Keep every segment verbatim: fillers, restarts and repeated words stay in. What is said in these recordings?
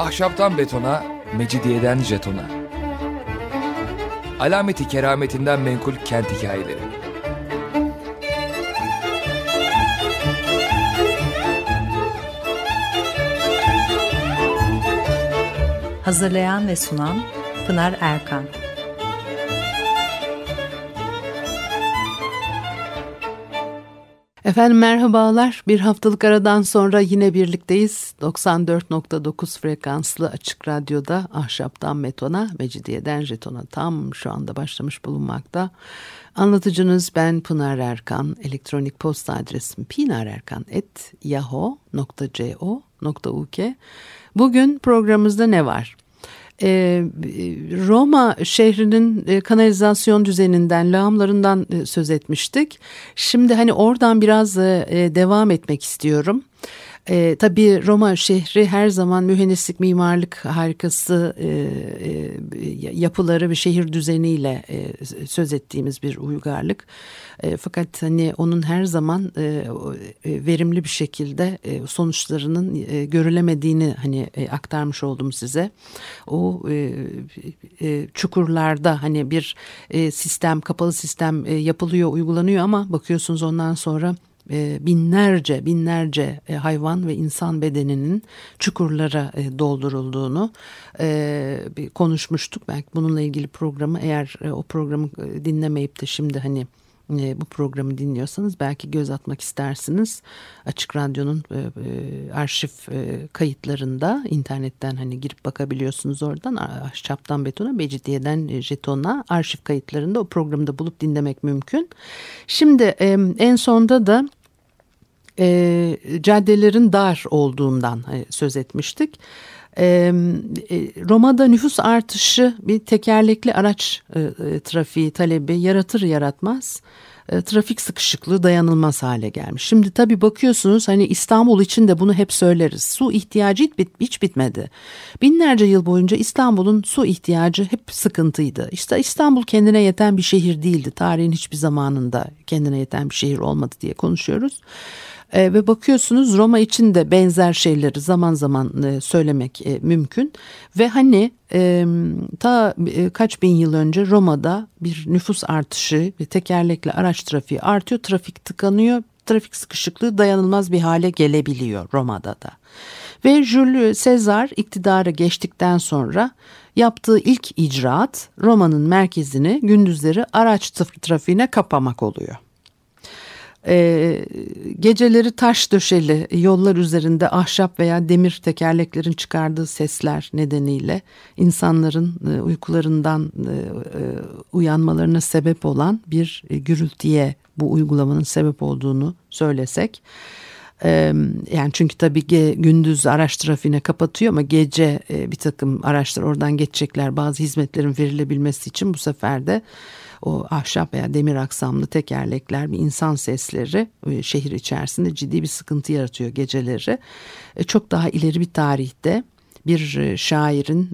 Ahşaptan betona, mecidiyeden jetona. Alameti kerametinden menkul kent hikayeleri. Hazırlayan ve sunan Pınar Erkan. Efendim merhabalar. Bir haftalık aradan sonra yine birlikteyiz. doksan dört nokta dokuz frekanslı Açık Radyo'da Ahşaptan Betona, Mecidiyeden Jeton'a tam şu anda başlamış bulunmakta. Anlatıcınız ben Pınar Erkan. Elektronik posta adresim pinarerkan at yahoo nokta co nokta uk. Bugün programımızda ne var? Ee, Roma şehrinin e, kanalizasyon düzeninden, lağımlarından e, söz etmiştik. Şimdi hani oradan biraz e, devam etmek istiyorum. E, tabii Roma şehri her zaman mühendislik, mimarlık harikası e, e, yapıları ve şehir düzeniyle e, söz ettiğimiz bir uygarlık. E, fakat hani onun her zaman e, verimli bir şekilde e, sonuçlarının e, görülemediğini hani e, aktarmış oldum size. O e, e, çukurlarda hani bir e, sistem, kapalı sistem e, yapılıyor, uygulanıyor ama bakıyorsunuz ondan sonra binlerce binlerce hayvan ve insan bedeninin çukurlara doldurulduğunu konuşmuştuk. Belki bununla ilgili programı, eğer o programı dinlemeyip de şimdi hani bu programı dinliyorsanız belki göz atmak istersiniz. Açık Radyo'nun arşiv kayıtlarında internetten hani girip bakabiliyorsunuz oradan. Ahşaptan betona, mecidiyeden jetona arşiv kayıtlarında o programı da bulup dinlemek mümkün. Şimdi en sonda da E, caddelerin dar olduğundan e, söz etmiştik. E, e, Roma'da nüfus artışı bir tekerlekli araç e, e, trafiği talebi yaratır yaratmaz e, trafik sıkışıklığı dayanılmaz hale gelmiş. Şimdi tabii bakıyorsunuz hani İstanbul için de bunu hep söyleriz. Su ihtiyacı hiç, bit, hiç bitmedi. Binlerce yıl boyunca İstanbul'un su ihtiyacı hep sıkıntıydı. İşte İstanbul kendine yeten bir şehir değildi. Tarihin hiçbir zamanında kendine yeten bir şehir olmadı diye konuşuyoruz. E, ve bakıyorsunuz Roma için de benzer şeyleri zaman zaman e, söylemek e, mümkün. Ve hani e, ta e, kaç bin yıl önce Roma'da bir nüfus artışı ve tekerlekli araç trafiği artıyor. Trafik tıkanıyor. Trafik sıkışıklığı dayanılmaz bir hale gelebiliyor Roma'da da. Ve Julius Caesar iktidara geçtikten sonra yaptığı ilk icraat Roma'nın merkezini gündüzleri araç trafiğine kapamak oluyor. Ee, geceleri taş döşeli yollar üzerinde ahşap veya demir tekerleklerin çıkardığı sesler nedeniyle insanların e, uykularından e, e, uyanmalarına sebep olan bir e, gürültüye bu uygulamanın sebep olduğunu söylesek. Ee, yani çünkü tabii ge, gündüz araç trafiğine kapatıyor ama gece e, bir takım araçlar oradan geçecekler, bazı hizmetlerin verilebilmesi için bu sefer de o ahşap veya demir aksamlı tekerlekler, bir insan sesleri şehir içerisinde ciddi bir sıkıntı yaratıyor geceleri. Çok daha ileri bir tarihte bir şairin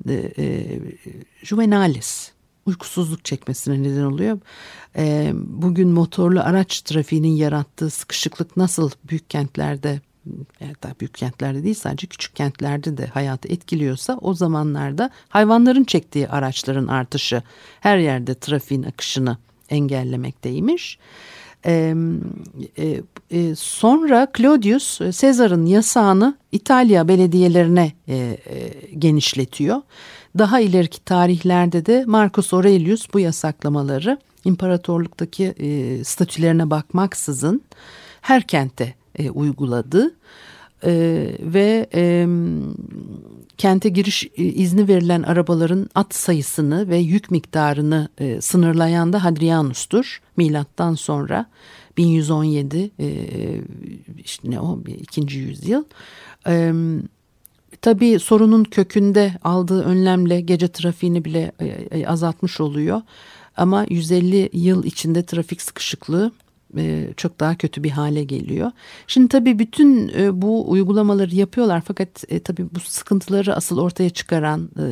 Juvenalis uykusuzluk çekmesine neden oluyor. Bugün motorlu araç trafiğinin yarattığı sıkışıklık nasıl büyük kentlerde, yani daha büyük kentlerde değil sadece küçük kentlerde de hayatı etkiliyorsa, o zamanlarda hayvanların çektiği araçların artışı her yerde trafiğin akışını engellemekteymiş. Ee, e, e, sonra Claudius Caesar'ın yasağını İtalya belediyelerine e, e, genişletiyor. Daha ileriki tarihlerde de Marcus Aurelius bu yasaklamaları imparatorluktaki e, statülerine bakmaksızın her kente E, uyguladı e, ve e, kente giriş e, izni verilen arabaların at sayısını ve yük miktarını e, sınırlayan da Hadrianus'tur. Milattan sonra bin yüz on yedi e, işte ne o ikinci yüzyıl. E, tabii sorunun kökünde aldığı önlemle gece trafiğini bile e, azaltmış oluyor. Ama yüz elli yıl içinde trafik sıkışıklığı çok daha kötü bir hale geliyor. Şimdi tabii bütün bu uygulamaları yapıyorlar fakat e, tabii bu sıkıntıları asıl ortaya çıkaran e,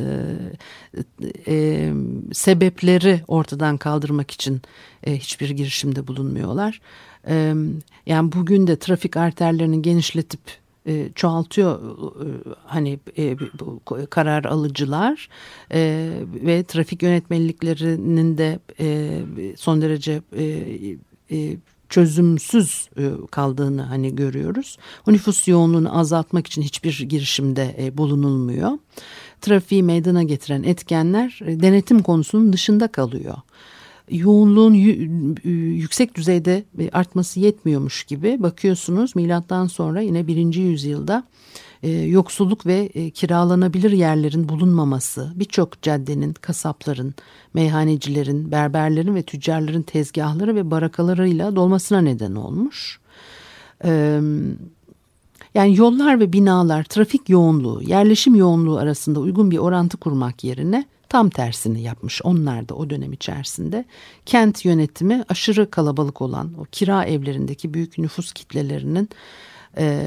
e, sebepleri ortadan kaldırmak için e, hiçbir girişimde bulunmuyorlar. E, yani bugün de trafik arterlerini genişletip e, çoğaltıyor e, hani e, bu karar alıcılar e, ve trafik yönetmeliklerinin de e, son derece e, e, çözümsüz kaldığını hani görüyoruz. O nüfus yoğunluğunu azaltmak için hiçbir girişimde bulunulmuyor. Trafiği meydana getiren etkenler denetim konusunun dışında kalıyor. Yoğunluğun yüksek düzeyde artması yetmiyormuş gibi bakıyorsunuz milattan sonra yine birinci yüzyılda e, yoksulluk ve e, kiralanabilir yerlerin bulunmaması birçok caddenin, kasapların, meyhanecilerin, berberlerin ve tüccarların tezgahları ve barakalarıyla dolmasına neden olmuş. E, yani yollar ve binalar trafik yoğunluğu, yerleşim yoğunluğu arasında uygun bir orantı kurmak yerine tam tersini yapmış onlar da o dönem içerisinde. Kent yönetimi aşırı kalabalık olan o kira evlerindeki büyük nüfus kitlelerinin e,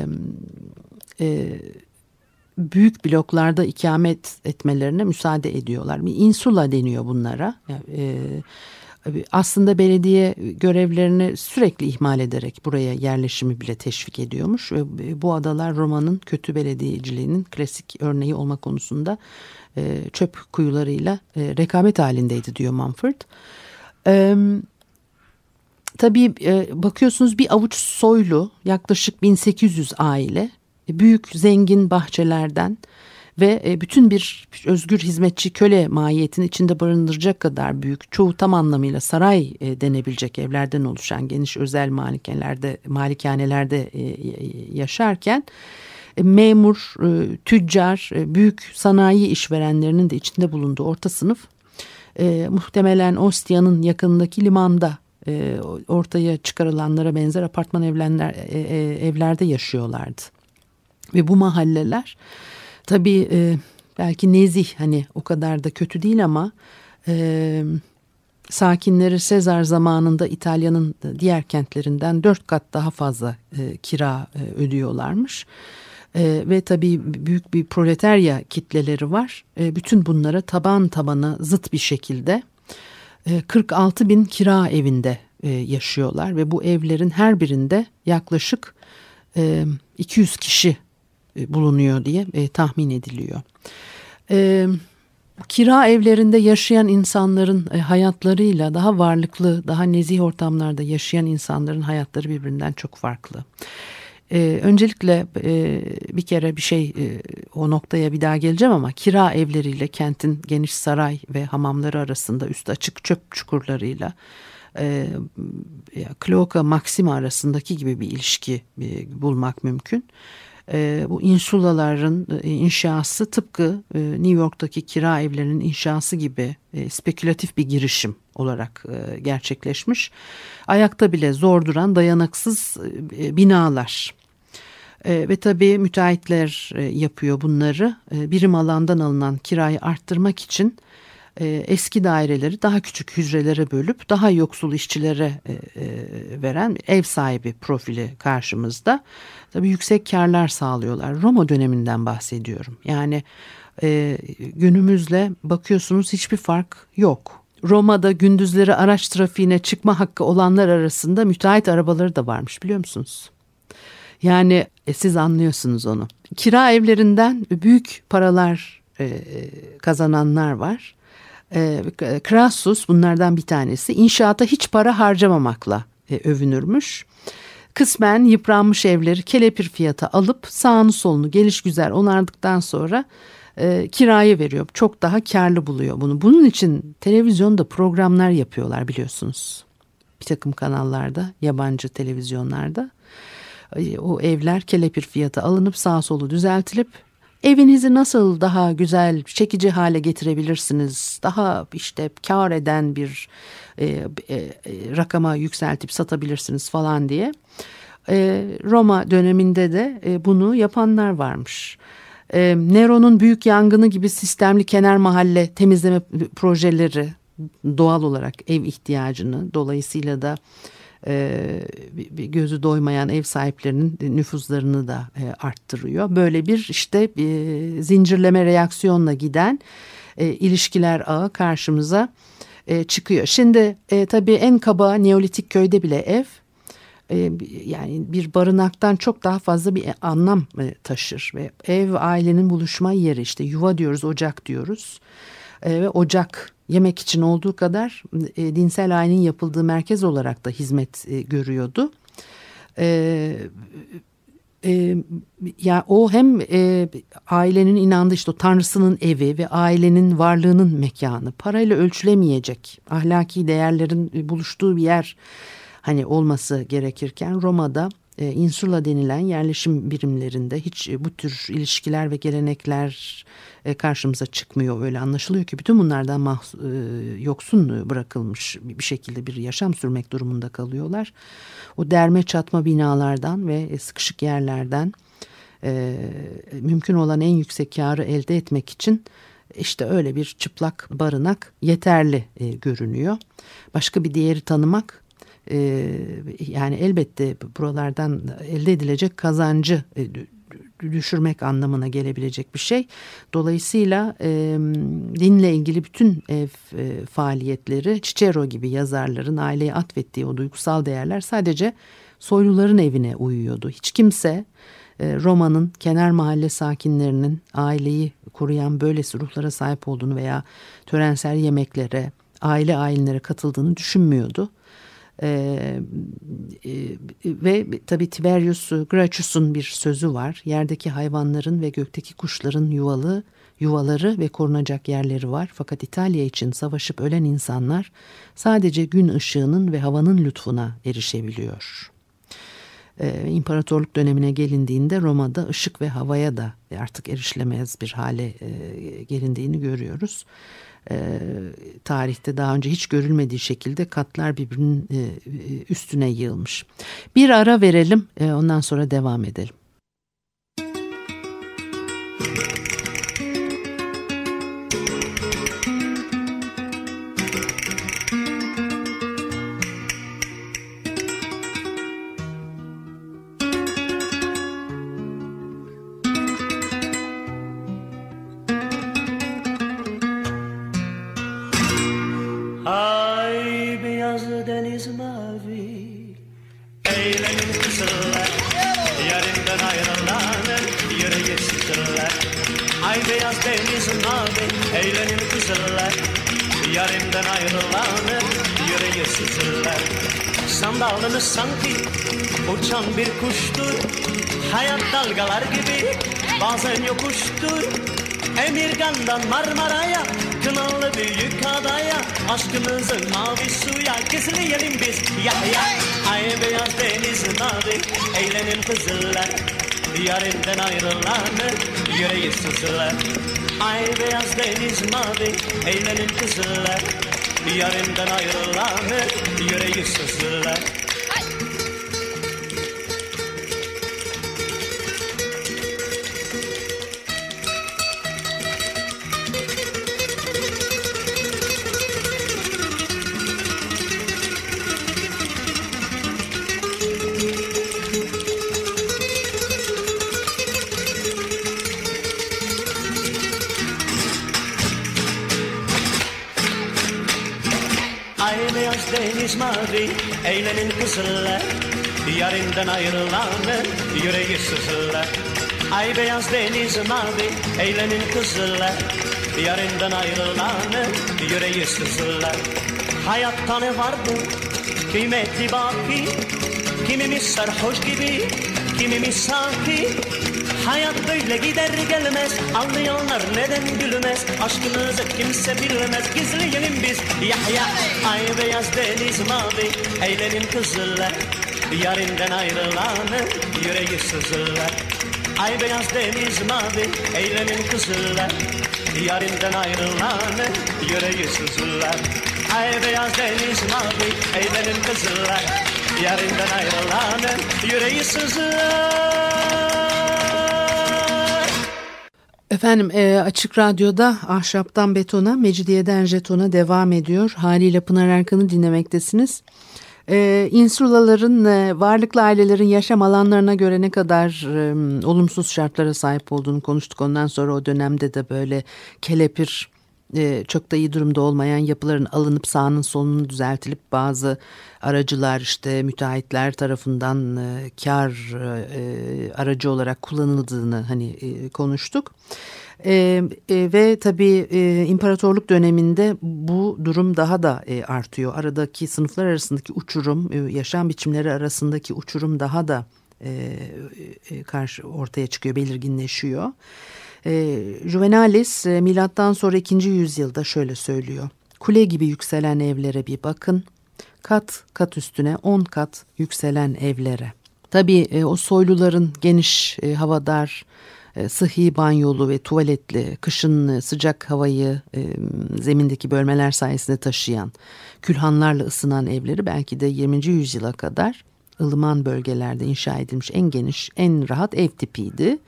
e, büyük bloklarda ikamet etmelerine müsaade ediyorlar. Bir insula deniyor bunlara. E, aslında belediye görevlerini sürekli ihmal ederek buraya yerleşimi bile teşvik ediyormuş. Ve bu adalar Roma'nın kötü belediyeciliğinin klasik örneği olma konusunda e, çöp kuyularıyla e, rekabet halindeydi diyor Mumford. E, tabii e, bakıyorsunuz bir avuç soylu yaklaşık bin sekiz yüz aile büyük zengin bahçelerden ve bütün bir özgür hizmetçi köle mahiyetini içinde barındıracak kadar büyük, çoğu tam anlamıyla saray denebilecek evlerden oluşan geniş özel malikanelerde, malikanelerde yaşarken memur, tüccar, büyük sanayi işverenlerinin de içinde bulunduğu orta sınıf muhtemelen Ostia'nın yakınındaki limanda ortaya çıkarılanlara benzer apartman evler, evlerde yaşıyorlardı. Ve bu mahalleler tabii e, belki nezih hani o kadar da kötü değil ama e, sakinleri Sezar zamanında İtalya'nın diğer kentlerinden dört kat daha fazla e, kira e, ödüyorlarmış. E, ve tabii büyük bir proletarya kitleleri var. E, bütün bunlara taban tabana zıt bir şekilde e, kırk altı bin kira evinde e, yaşıyorlar. Ve bu evlerin her birinde yaklaşık e, iki yüz kişi bulunuyor diye e, tahmin ediliyor. E, kira evlerinde yaşayan insanların e, hayatlarıyla daha varlıklı, daha nezih ortamlarda yaşayan insanların hayatları birbirinden çok farklı. E, öncelikle e, bir kere bir şey e, o noktaya bir daha geleceğim ama kira evleriyle kentin geniş saray ve hamamları arasında üstü açık çöp çukurlarıyla e, Cloaca Maxima arasındaki gibi bir ilişki e, bulmak mümkün. E, bu insulaların e, inşası tıpkı e, New York'taki kira evlerinin inşası gibi e, spekülatif bir girişim olarak e, gerçekleşmiş. Ayakta bile zor duran dayanaksız e, binalar. E, ve tabii müteahhitler e, yapıyor bunları. E, birim alandan alınan kirayı arttırmak için e, eski daireleri daha küçük hücrelere bölüp daha yoksul işçilere e, e, veren ev sahibi profili karşımızda. Tabii yüksek karlar sağlıyorlar. Roma döneminden bahsediyorum. Yani e, günümüzle bakıyorsunuz hiçbir fark yok. Roma'da gündüzleri araç trafiğine çıkma hakkı olanlar arasında müteahhit arabaları da varmış, biliyor musunuz? Yani e, siz anlıyorsunuz onu. Kira evlerinden büyük paralar e, kazananlar var. E, Crassus bunlardan bir tanesi. İnşaata hiç para harcamamakla e, övünürmüş. Kısmen yıpranmış evleri kelepir fiyata alıp sağını solunu gelişgüzel onardıktan sonra e, kiraya veriyor. Çok daha karlı buluyor bunu. Bunun için televizyonda programlar yapıyorlar, biliyorsunuz. Bir takım kanallarda, yabancı televizyonlarda. E, o evler kelepir fiyata alınıp sağ solu düzeltilip evinizi nasıl daha güzel, çekici hale getirebilirsiniz, daha işte kar eden bir e, e, rakama yükseltip satabilirsiniz falan diye. E, Roma döneminde de e, bunu yapanlar varmış. E, Nero'nun büyük yangını gibi sistemli kenar mahalle temizleme projeleri doğal olarak ev ihtiyacını, dolayısıyla da e, bir gözü doymayan ev sahiplerinin nüfuzlarını da e, arttırıyor. Böyle bir işte e, zincirleme reaksiyonla giden e, ilişkiler ağı karşımıza e, çıkıyor. Şimdi e, tabii en kaba Neolitik köyde bile ev e, yani bir barınaktan çok daha fazla bir anlam e, taşır ve ev ailenin buluşma yeri, işte yuva diyoruz, ocak diyoruz e, ve ocak yemek için olduğu kadar e, dinsel ayinin yapıldığı merkez olarak da hizmet e, görüyordu. E, e, ya o hem e, ailenin inandığı işte o tanrısının evi ve ailenin varlığının mekanı, parayla ölçülemeyecek ahlaki değerlerin buluştuğu bir yer hani olması gerekirken Roma'da e, insula denilen yerleşim birimlerinde hiç e, bu tür ilişkiler ve gelenekler e, karşımıza çıkmıyor. Öyle anlaşılıyor ki bütün bunlardan mahs- e, yoksun bırakılmış bir şekilde bir yaşam sürmek durumunda kalıyorlar. O derme çatma binalardan ve sıkışık yerlerden e, mümkün olan en yüksek karı elde etmek için işte öyle bir çıplak barınak yeterli e, görünüyor. Başka bir değeri tanımak, e, yani elbette buralardan elde edilecek kazancı e, düşürmek anlamına gelebilecek bir şey. Dolayısıyla e, dinle ilgili bütün ev e, faaliyetleri, Cicero gibi yazarların aileye atfettiği o duygusal değerler sadece soyluların evine uyuyordu. Hiç kimse e, Roma'nın kenar mahalle sakinlerinin aileyi koruyan böylesi ruhlara sahip olduğunu veya törensel yemeklere, aile ayinlere katıldığını düşünmüyordu. Ee, e, ve tabii Tiberius Gracchus'un bir sözü var. Yerdeki hayvanların ve gökteki kuşların yuvalı, yuvaları ve korunacak yerleri var. Fakat İtalya için savaşıp ölen insanlar sadece gün ışığının ve havanın lütfuna erişebiliyor. Ee, İmparatorluk dönemine gelindiğinde Roma'da ışık ve havaya da artık erişilemez bir hale e, gelindiğini görüyoruz. E, tarihte daha önce hiç görülmediği şekilde katlar birbirinin e, üstüne yığılmış. Bir ara verelim, e, ondan sonra devam edelim. Ay beyaz deniz mavi, eğlenin kızlar, yarından ayrılanır, yüreği sızlar. Ay beyaz deniz mavi, eğlenin kızlar, yarından ayrılanır, yüreği sızlar. Sandalını sanki uçan bir kuştur, hayat dalgalar gibi bazen yokuştur. Emirgan'dan Marmara'ya, Kınalı büyük adaya, aşkımızın mavi suya gizleyelim biz ya ya. Ay beyaz deniz mavi, eğlenin kızlar, yarından ayrılanır, yüreği sızlar. Ay beyaz deniz mavi, eğlenin kızlar, yarından ayrılanır, yüreği sızlar. Ay beyaz deniz mavi, eğlenin kızlar, yarından ayrılanır, yüreği sızlar. Ay beyaz deniz mavi, eğlenin kızlar, yarından ayrılanır, yüreği sızlar. Hayatta ne vardı, kıymetli baki, kimimiz sarhoş gibi, kimimiz sakin. Hayat böyle gider gelmez, anlayanlar neden gülmez, aşkımızı kimse bilmez, gizleyelim biz ya ya. Ay beyaz deniz mavi, eğlenin kızlar, yarından ayrılanır, yüreği sızlar. Ay beyaz deniz mavi, eğlenin kızlar, yarından ayrılanır, yüreği sızlar. Ay beyaz deniz mavi, eğlenin kızlar, yarından ayrılanır, yüreği sızlar. Efendim e, Açık Radyo'da Ahşaptan Betona, Mecidiyeden Jeton'a devam ediyor. Haliyle Pınar Erkan'ı dinlemektesiniz. E, insulaların, e, varlıklı ailelerin yaşam alanlarına göre ne kadar e, olumsuz şartlara sahip olduğunu konuştuk. Ondan sonra o dönemde de böyle kelepir e, çok da iyi durumda olmayan yapıların alınıp sağının solunun düzeltilip bazı aracılar işte müteahhitler tarafından e, kar e, aracı olarak kullanıldığını hani e, konuştuk. E, e, ve tabii e, imparatorluk döneminde bu durum daha da e, artıyor. Aradaki sınıflar arasındaki uçurum, e, yaşam biçimleri arasındaki uçurum daha da e, e, karşı ortaya çıkıyor, belirginleşiyor. E, Juvenalis e, milattan sonra ikinci yüzyılda şöyle söylüyor. Kule gibi yükselen evlere bir bakın. Kat kat üstüne on kat yükselen evlere. Tabii e, o soyluların geniş, e, havadar, e, sıhhi banyolu ve tuvaletli, kışın e, sıcak havayı e, zemindeki bölmeler sayesinde taşıyan, külhanlarla ısınan evleri belki de yirminci yüzyıla kadar ılıman bölgelerde inşa edilmiş en geniş, en rahat ev tipiydi.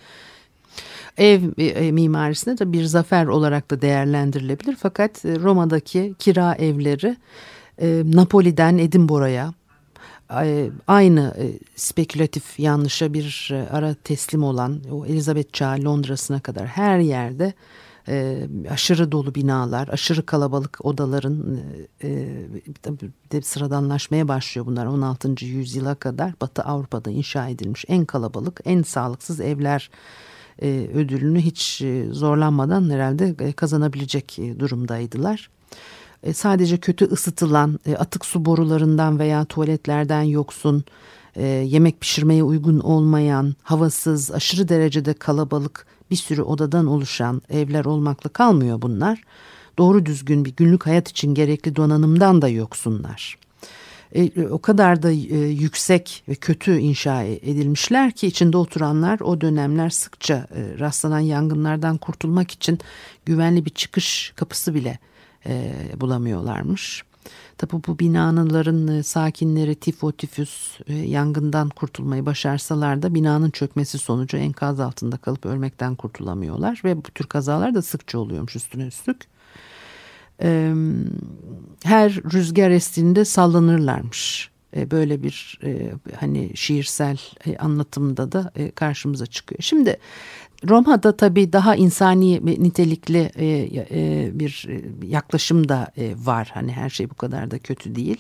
Ev e, mimarisinde de bir zafer olarak da değerlendirilebilir. Fakat e, Roma'daki kira evleri e, Napoli'den Edinburgh'a e, aynı e, spekülatif yanlışa bir e, ara teslim olan o Elizabeth Çağı Londra'sına kadar her yerde e, aşırı dolu binalar, aşırı kalabalık odaların e, de sıradanlaşmaya başlıyor bunlar on altıncı yüzyıla kadar. Batı Avrupa'da inşa edilmiş en kalabalık, en sağlıksız evler e, ödülünü hiç e, zorlanmadan herhalde e, kazanabilecek e, durumdaydılar. E, sadece kötü ısıtılan, e, atık su borularından veya tuvaletlerden yoksun, e, yemek pişirmeye uygun olmayan, havasız, aşırı derecede kalabalık bir sürü odadan oluşan evler olmakla kalmıyor bunlar. Doğru düzgün bir günlük hayat için gerekli donanımdan da yoksunlar. E, o kadar da e, yüksek ve kötü inşa edilmişler ki içinde oturanlar o dönemler sıkça e, rastlanan yangınlardan kurtulmak için güvenli bir çıkış kapısı bile e, bulamıyorlarmış. Tabi bu binaların e, sakinleri tifo, tifüs, e, yangından kurtulmayı başarsalar da binanın çökmesi sonucu enkaz altında kalıp ölmekten kurtulamıyorlar ve bu tür kazalar da sıkça oluyormuş üstüne üstlük. E, her rüzgar estiğinde sallanırlarmış. E, böyle bir e, hani şiirsel e, anlatımda da e, karşımıza çıkıyor. Şimdi Roma'da tabii daha insani nitelikli e, e, bir yaklaşım da e, var. Hani her şey bu kadar da kötü değil.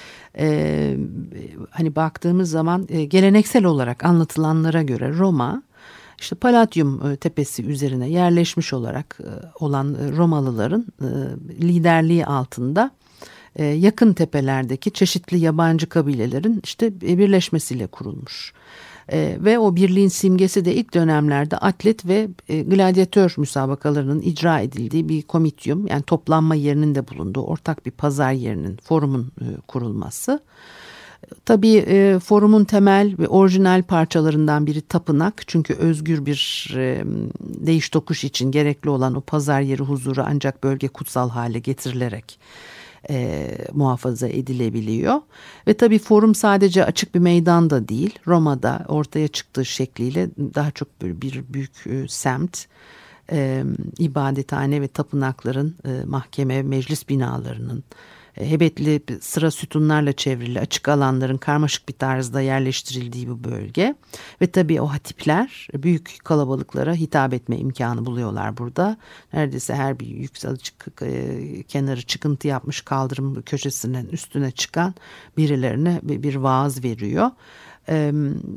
E, hani baktığımız zaman e, geleneksel olarak anlatılanlara göre Roma, işte Palladium tepesi üzerine yerleşmiş olarak e, olan Romalıların e, liderliği altında e, yakın tepelerdeki çeşitli yabancı kabilelerin işte birleşmesiyle kurulmuş. Ee, ve o birliğin simgesi de ilk dönemlerde atlet ve e, gladyatör müsabakalarının icra edildiği bir komityum, yani toplanma yerinin de bulunduğu ortak bir pazar yerinin, forumun e, kurulması. Tabii e, forumun temel ve orijinal parçalarından biri tapınak, çünkü özgür bir e, değiş tokuş için gerekli olan o pazar yeri huzuru ancak bölge kutsal hale getirilerek E, muhafaza edilebiliyor. Ve tabii forum sadece açık bir meydan da değil. Roma'da ortaya çıktığı şekliyle daha çok böyle bir büyük e, semt, e, ibadethane ve tapınakların, e, mahkeme, meclis binalarının, e, hebetli sıra sütunlarla çevrili açık alanların karmaşık bir tarzda yerleştirildiği bu bölge. Ve tabii o hatipler büyük kalabalıklara hitap etme imkanı buluyorlar burada. Neredeyse her bir yüksel çık, e, kenarı çıkıntı yapmış kaldırım köşesinin üstüne çıkan birilerine bir, bir vaaz veriyor. E,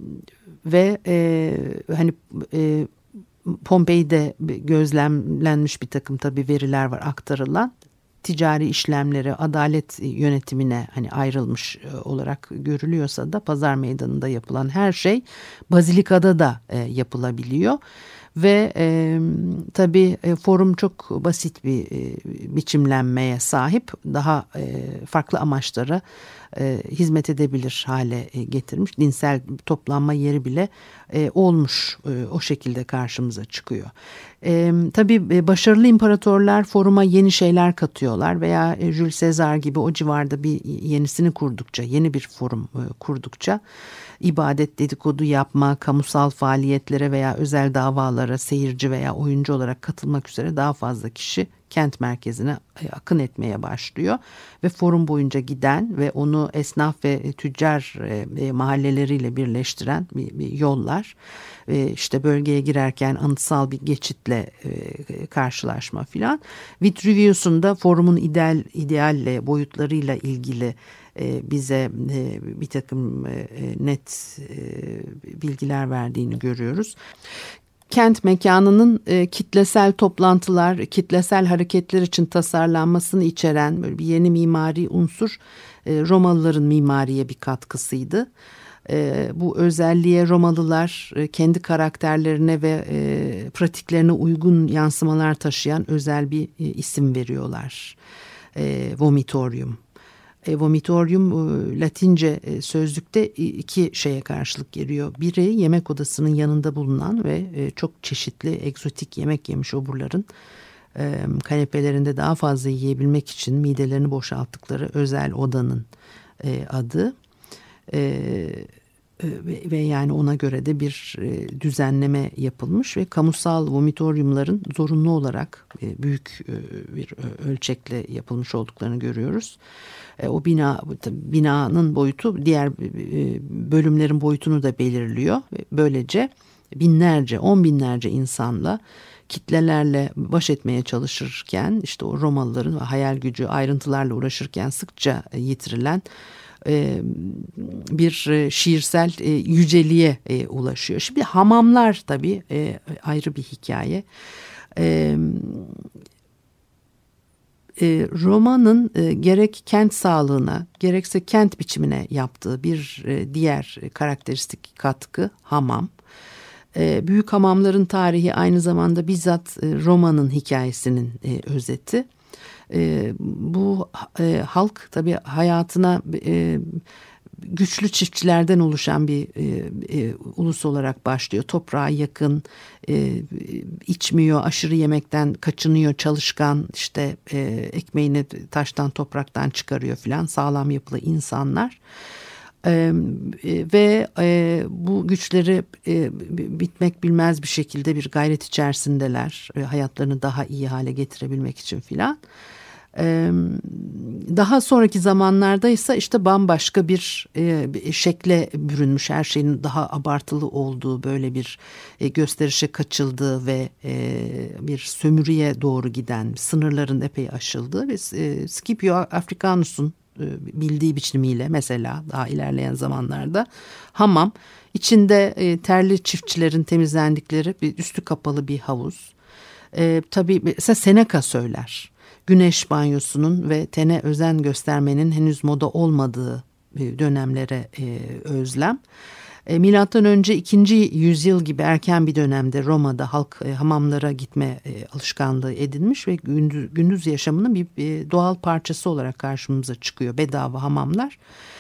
ve e, hani e, Pompei'de gözlemlenmiş bir takım tabii veriler var aktarılan. Ticari işlemleri adalet yönetimine hani ayrılmış olarak görülüyorsa da pazar meydanında yapılan her şey Bazilika'da da e, yapılabiliyor. Ve e, tabii e, forum çok basit bir e, biçimlenmeye sahip, daha e, farklı amaçlara e, hizmet edebilir hale e, getirmiş. Dinsel toplanma yeri bile e, olmuş, e, o şekilde karşımıza çıkıyor. E, tabii e, başarılı imparatorlar foruma yeni şeyler katıyorlar veya e, Jules Caesar gibi o civarda bir yenisini kurdukça, yeni bir forum e, kurdukça ibadet, dedikodu yapma, kamusal faaliyetlere veya özel davalara seyirci veya oyuncu olarak katılmak üzere daha fazla kişi kent merkezine akın etmeye başlıyor. Ve forum boyunca giden ve onu esnaf ve tüccar e, mahalleleriyle birleştiren bir, bir yollar. E, işte bölgeye girerken anıtsal bir geçitle e, karşılaşma filan. Vitruvius'un da forumun ideal, idealle boyutlarıyla ilgili e, bize e, bir takım e, net e, bilgiler verdiğini görüyoruz. Kent mekanının e, kitlesel toplantılar, kitlesel hareketler için tasarlanmasını içeren böyle bir yeni mimari unsur e, Romalıların mimariye bir katkısıydı. E, bu özelliğe Romalılar e, kendi karakterlerine ve e, pratiklerine uygun yansımalar taşıyan özel bir e, isim veriyorlar. E, vomitorium. E, vomitorium e, Latince e, sözlükte iki şeye karşılık geliyor. Biri yemek odasının yanında bulunan ve e, çok çeşitli egzotik yemek yemiş oburların e, kanepelerinde daha fazla yiyebilmek için midelerini boşalttıkları özel odanın e, adı. E, ve, ve yani ona göre de bir e, düzenleme yapılmış ve kamusal vomitoriumların zorunlu olarak e, büyük e, bir ölçekle yapılmış olduklarını görüyoruz. E, o bina binanın boyutu diğer e, bölümlerin boyutunu da belirliyor. Böylece binlerce, on binlerce insanla kitlelerle baş etmeye çalışırken işte o Romalıların hayal gücü ayrıntılarla uğraşırken sıkça yitirilen bir şiirsel yüceliğe ulaşıyor. Şimdi hamamlar tabii ayrı bir hikaye. Roma'nın gerek kent sağlığına gerekse kent biçimine yaptığı bir diğer karakteristik katkı hamam. Büyük hamamların tarihi aynı zamanda bizzat Roma'nın hikayesinin özeti. E, bu e, halk tabii hayatına e, güçlü çiftçilerden oluşan bir e, e, ulus olarak başlıyor. Toprağa yakın, e, içmiyor, aşırı yemekten kaçınıyor, çalışkan, işte e, ekmeğini taştan topraktan çıkarıyor filan, sağlam yapılı insanlar. Ee, ve e, bu güçleri e, bitmek bilmez bir şekilde bir gayret içerisindeler. E, hayatlarını daha iyi hale getirebilmek için filan. E, daha sonraki zamanlarda ise işte bambaşka bir, e, bir şekle bürünmüş, her şeyin daha abartılı olduğu, böyle bir e, gösterişe kaçıldığı ve e, bir sömürüye doğru giden, sınırların epey aşıldığı ve e, Scipio Africanus'un bildiği biçimiyle mesela daha ilerleyen zamanlarda hamam içinde e, terli çiftçilerin temizlendikleri bir üstü kapalı bir havuz. E, tabii mesela Seneca söyler, güneş banyosunun ve tene özen göstermenin henüz moda olmadığı dönemlere e, özlem. E, Milattan önce ikinci yüzyıl gibi erken bir dönemde Roma'da halk e, hamamlara gitme e, alışkanlığı edinmiş ve gündüz, gündüz yaşamının bir e, doğal parçası olarak karşımıza çıkıyor bedava hamamlar.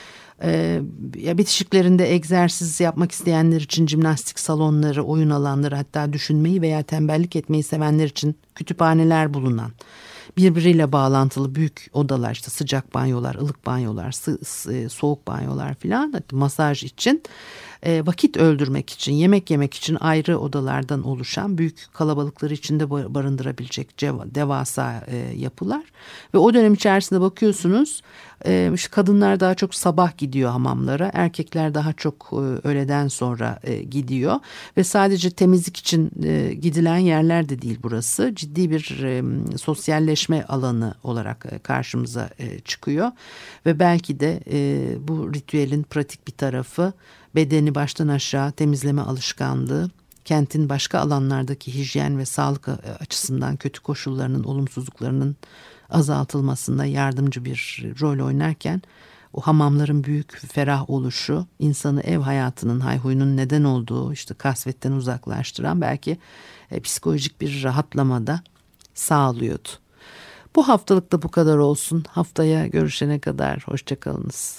E, ya bitişiklerinde egzersiz yapmak isteyenler için jimnastik salonları, oyun alanları, hatta düşünmeyi veya tembellik etmeyi sevenler için kütüphaneler bulunan, birbiriyle bağlantılı büyük odalar, işte sıcak banyolar, ılık banyolar, soğuk banyolar filan, masaj için, vakit öldürmek için, yemek yemek için ayrı odalardan oluşan büyük kalabalıkları içinde barındırabilecek devasa yapılar. Ve o dönem içerisinde bakıyorsunuz, işte kadınlar daha çok sabah gidiyor hamamlara, erkekler daha çok öğleden sonra gidiyor ve sadece temizlik için gidilen yerler de değil burası. Ciddi bir sosyalleşme alanı olarak karşımıza çıkıyor ve belki de bu ritüelin pratik bir tarafı bedeni baştan aşağı temizleme alışkanlığı, kentin başka alanlardaki hijyen ve sağlık açısından kötü koşullarının, olumsuzluklarının azaltılmasında yardımcı bir rol oynarken, o hamamların büyük, ferah oluşu insanı ev hayatının, hayhuyunun neden olduğu işte kasvetten uzaklaştıran, belki e, psikolojik bir rahatlamada sağlıyordu. Bu haftalık da bu kadar olsun. Haftaya görüşene kadar hoşçakalınız.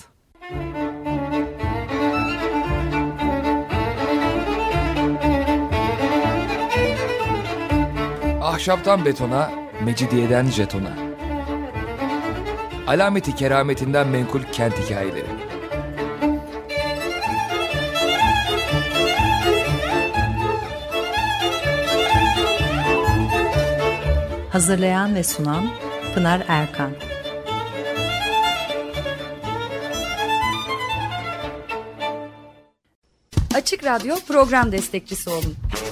Ahşaptan betona, mecidiyeden jetona. Alameti kerametinden menkul kent hikayeleri. Hazırlayan ve sunan Pınar Erkan. Açık Radyo program destekçisi olun.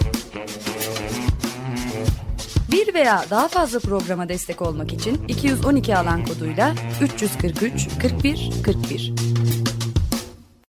Bir veya daha fazla programa destek olmak için iki yüz on iki alan koduyla üç yüz kırk üç kırk bir kırk bir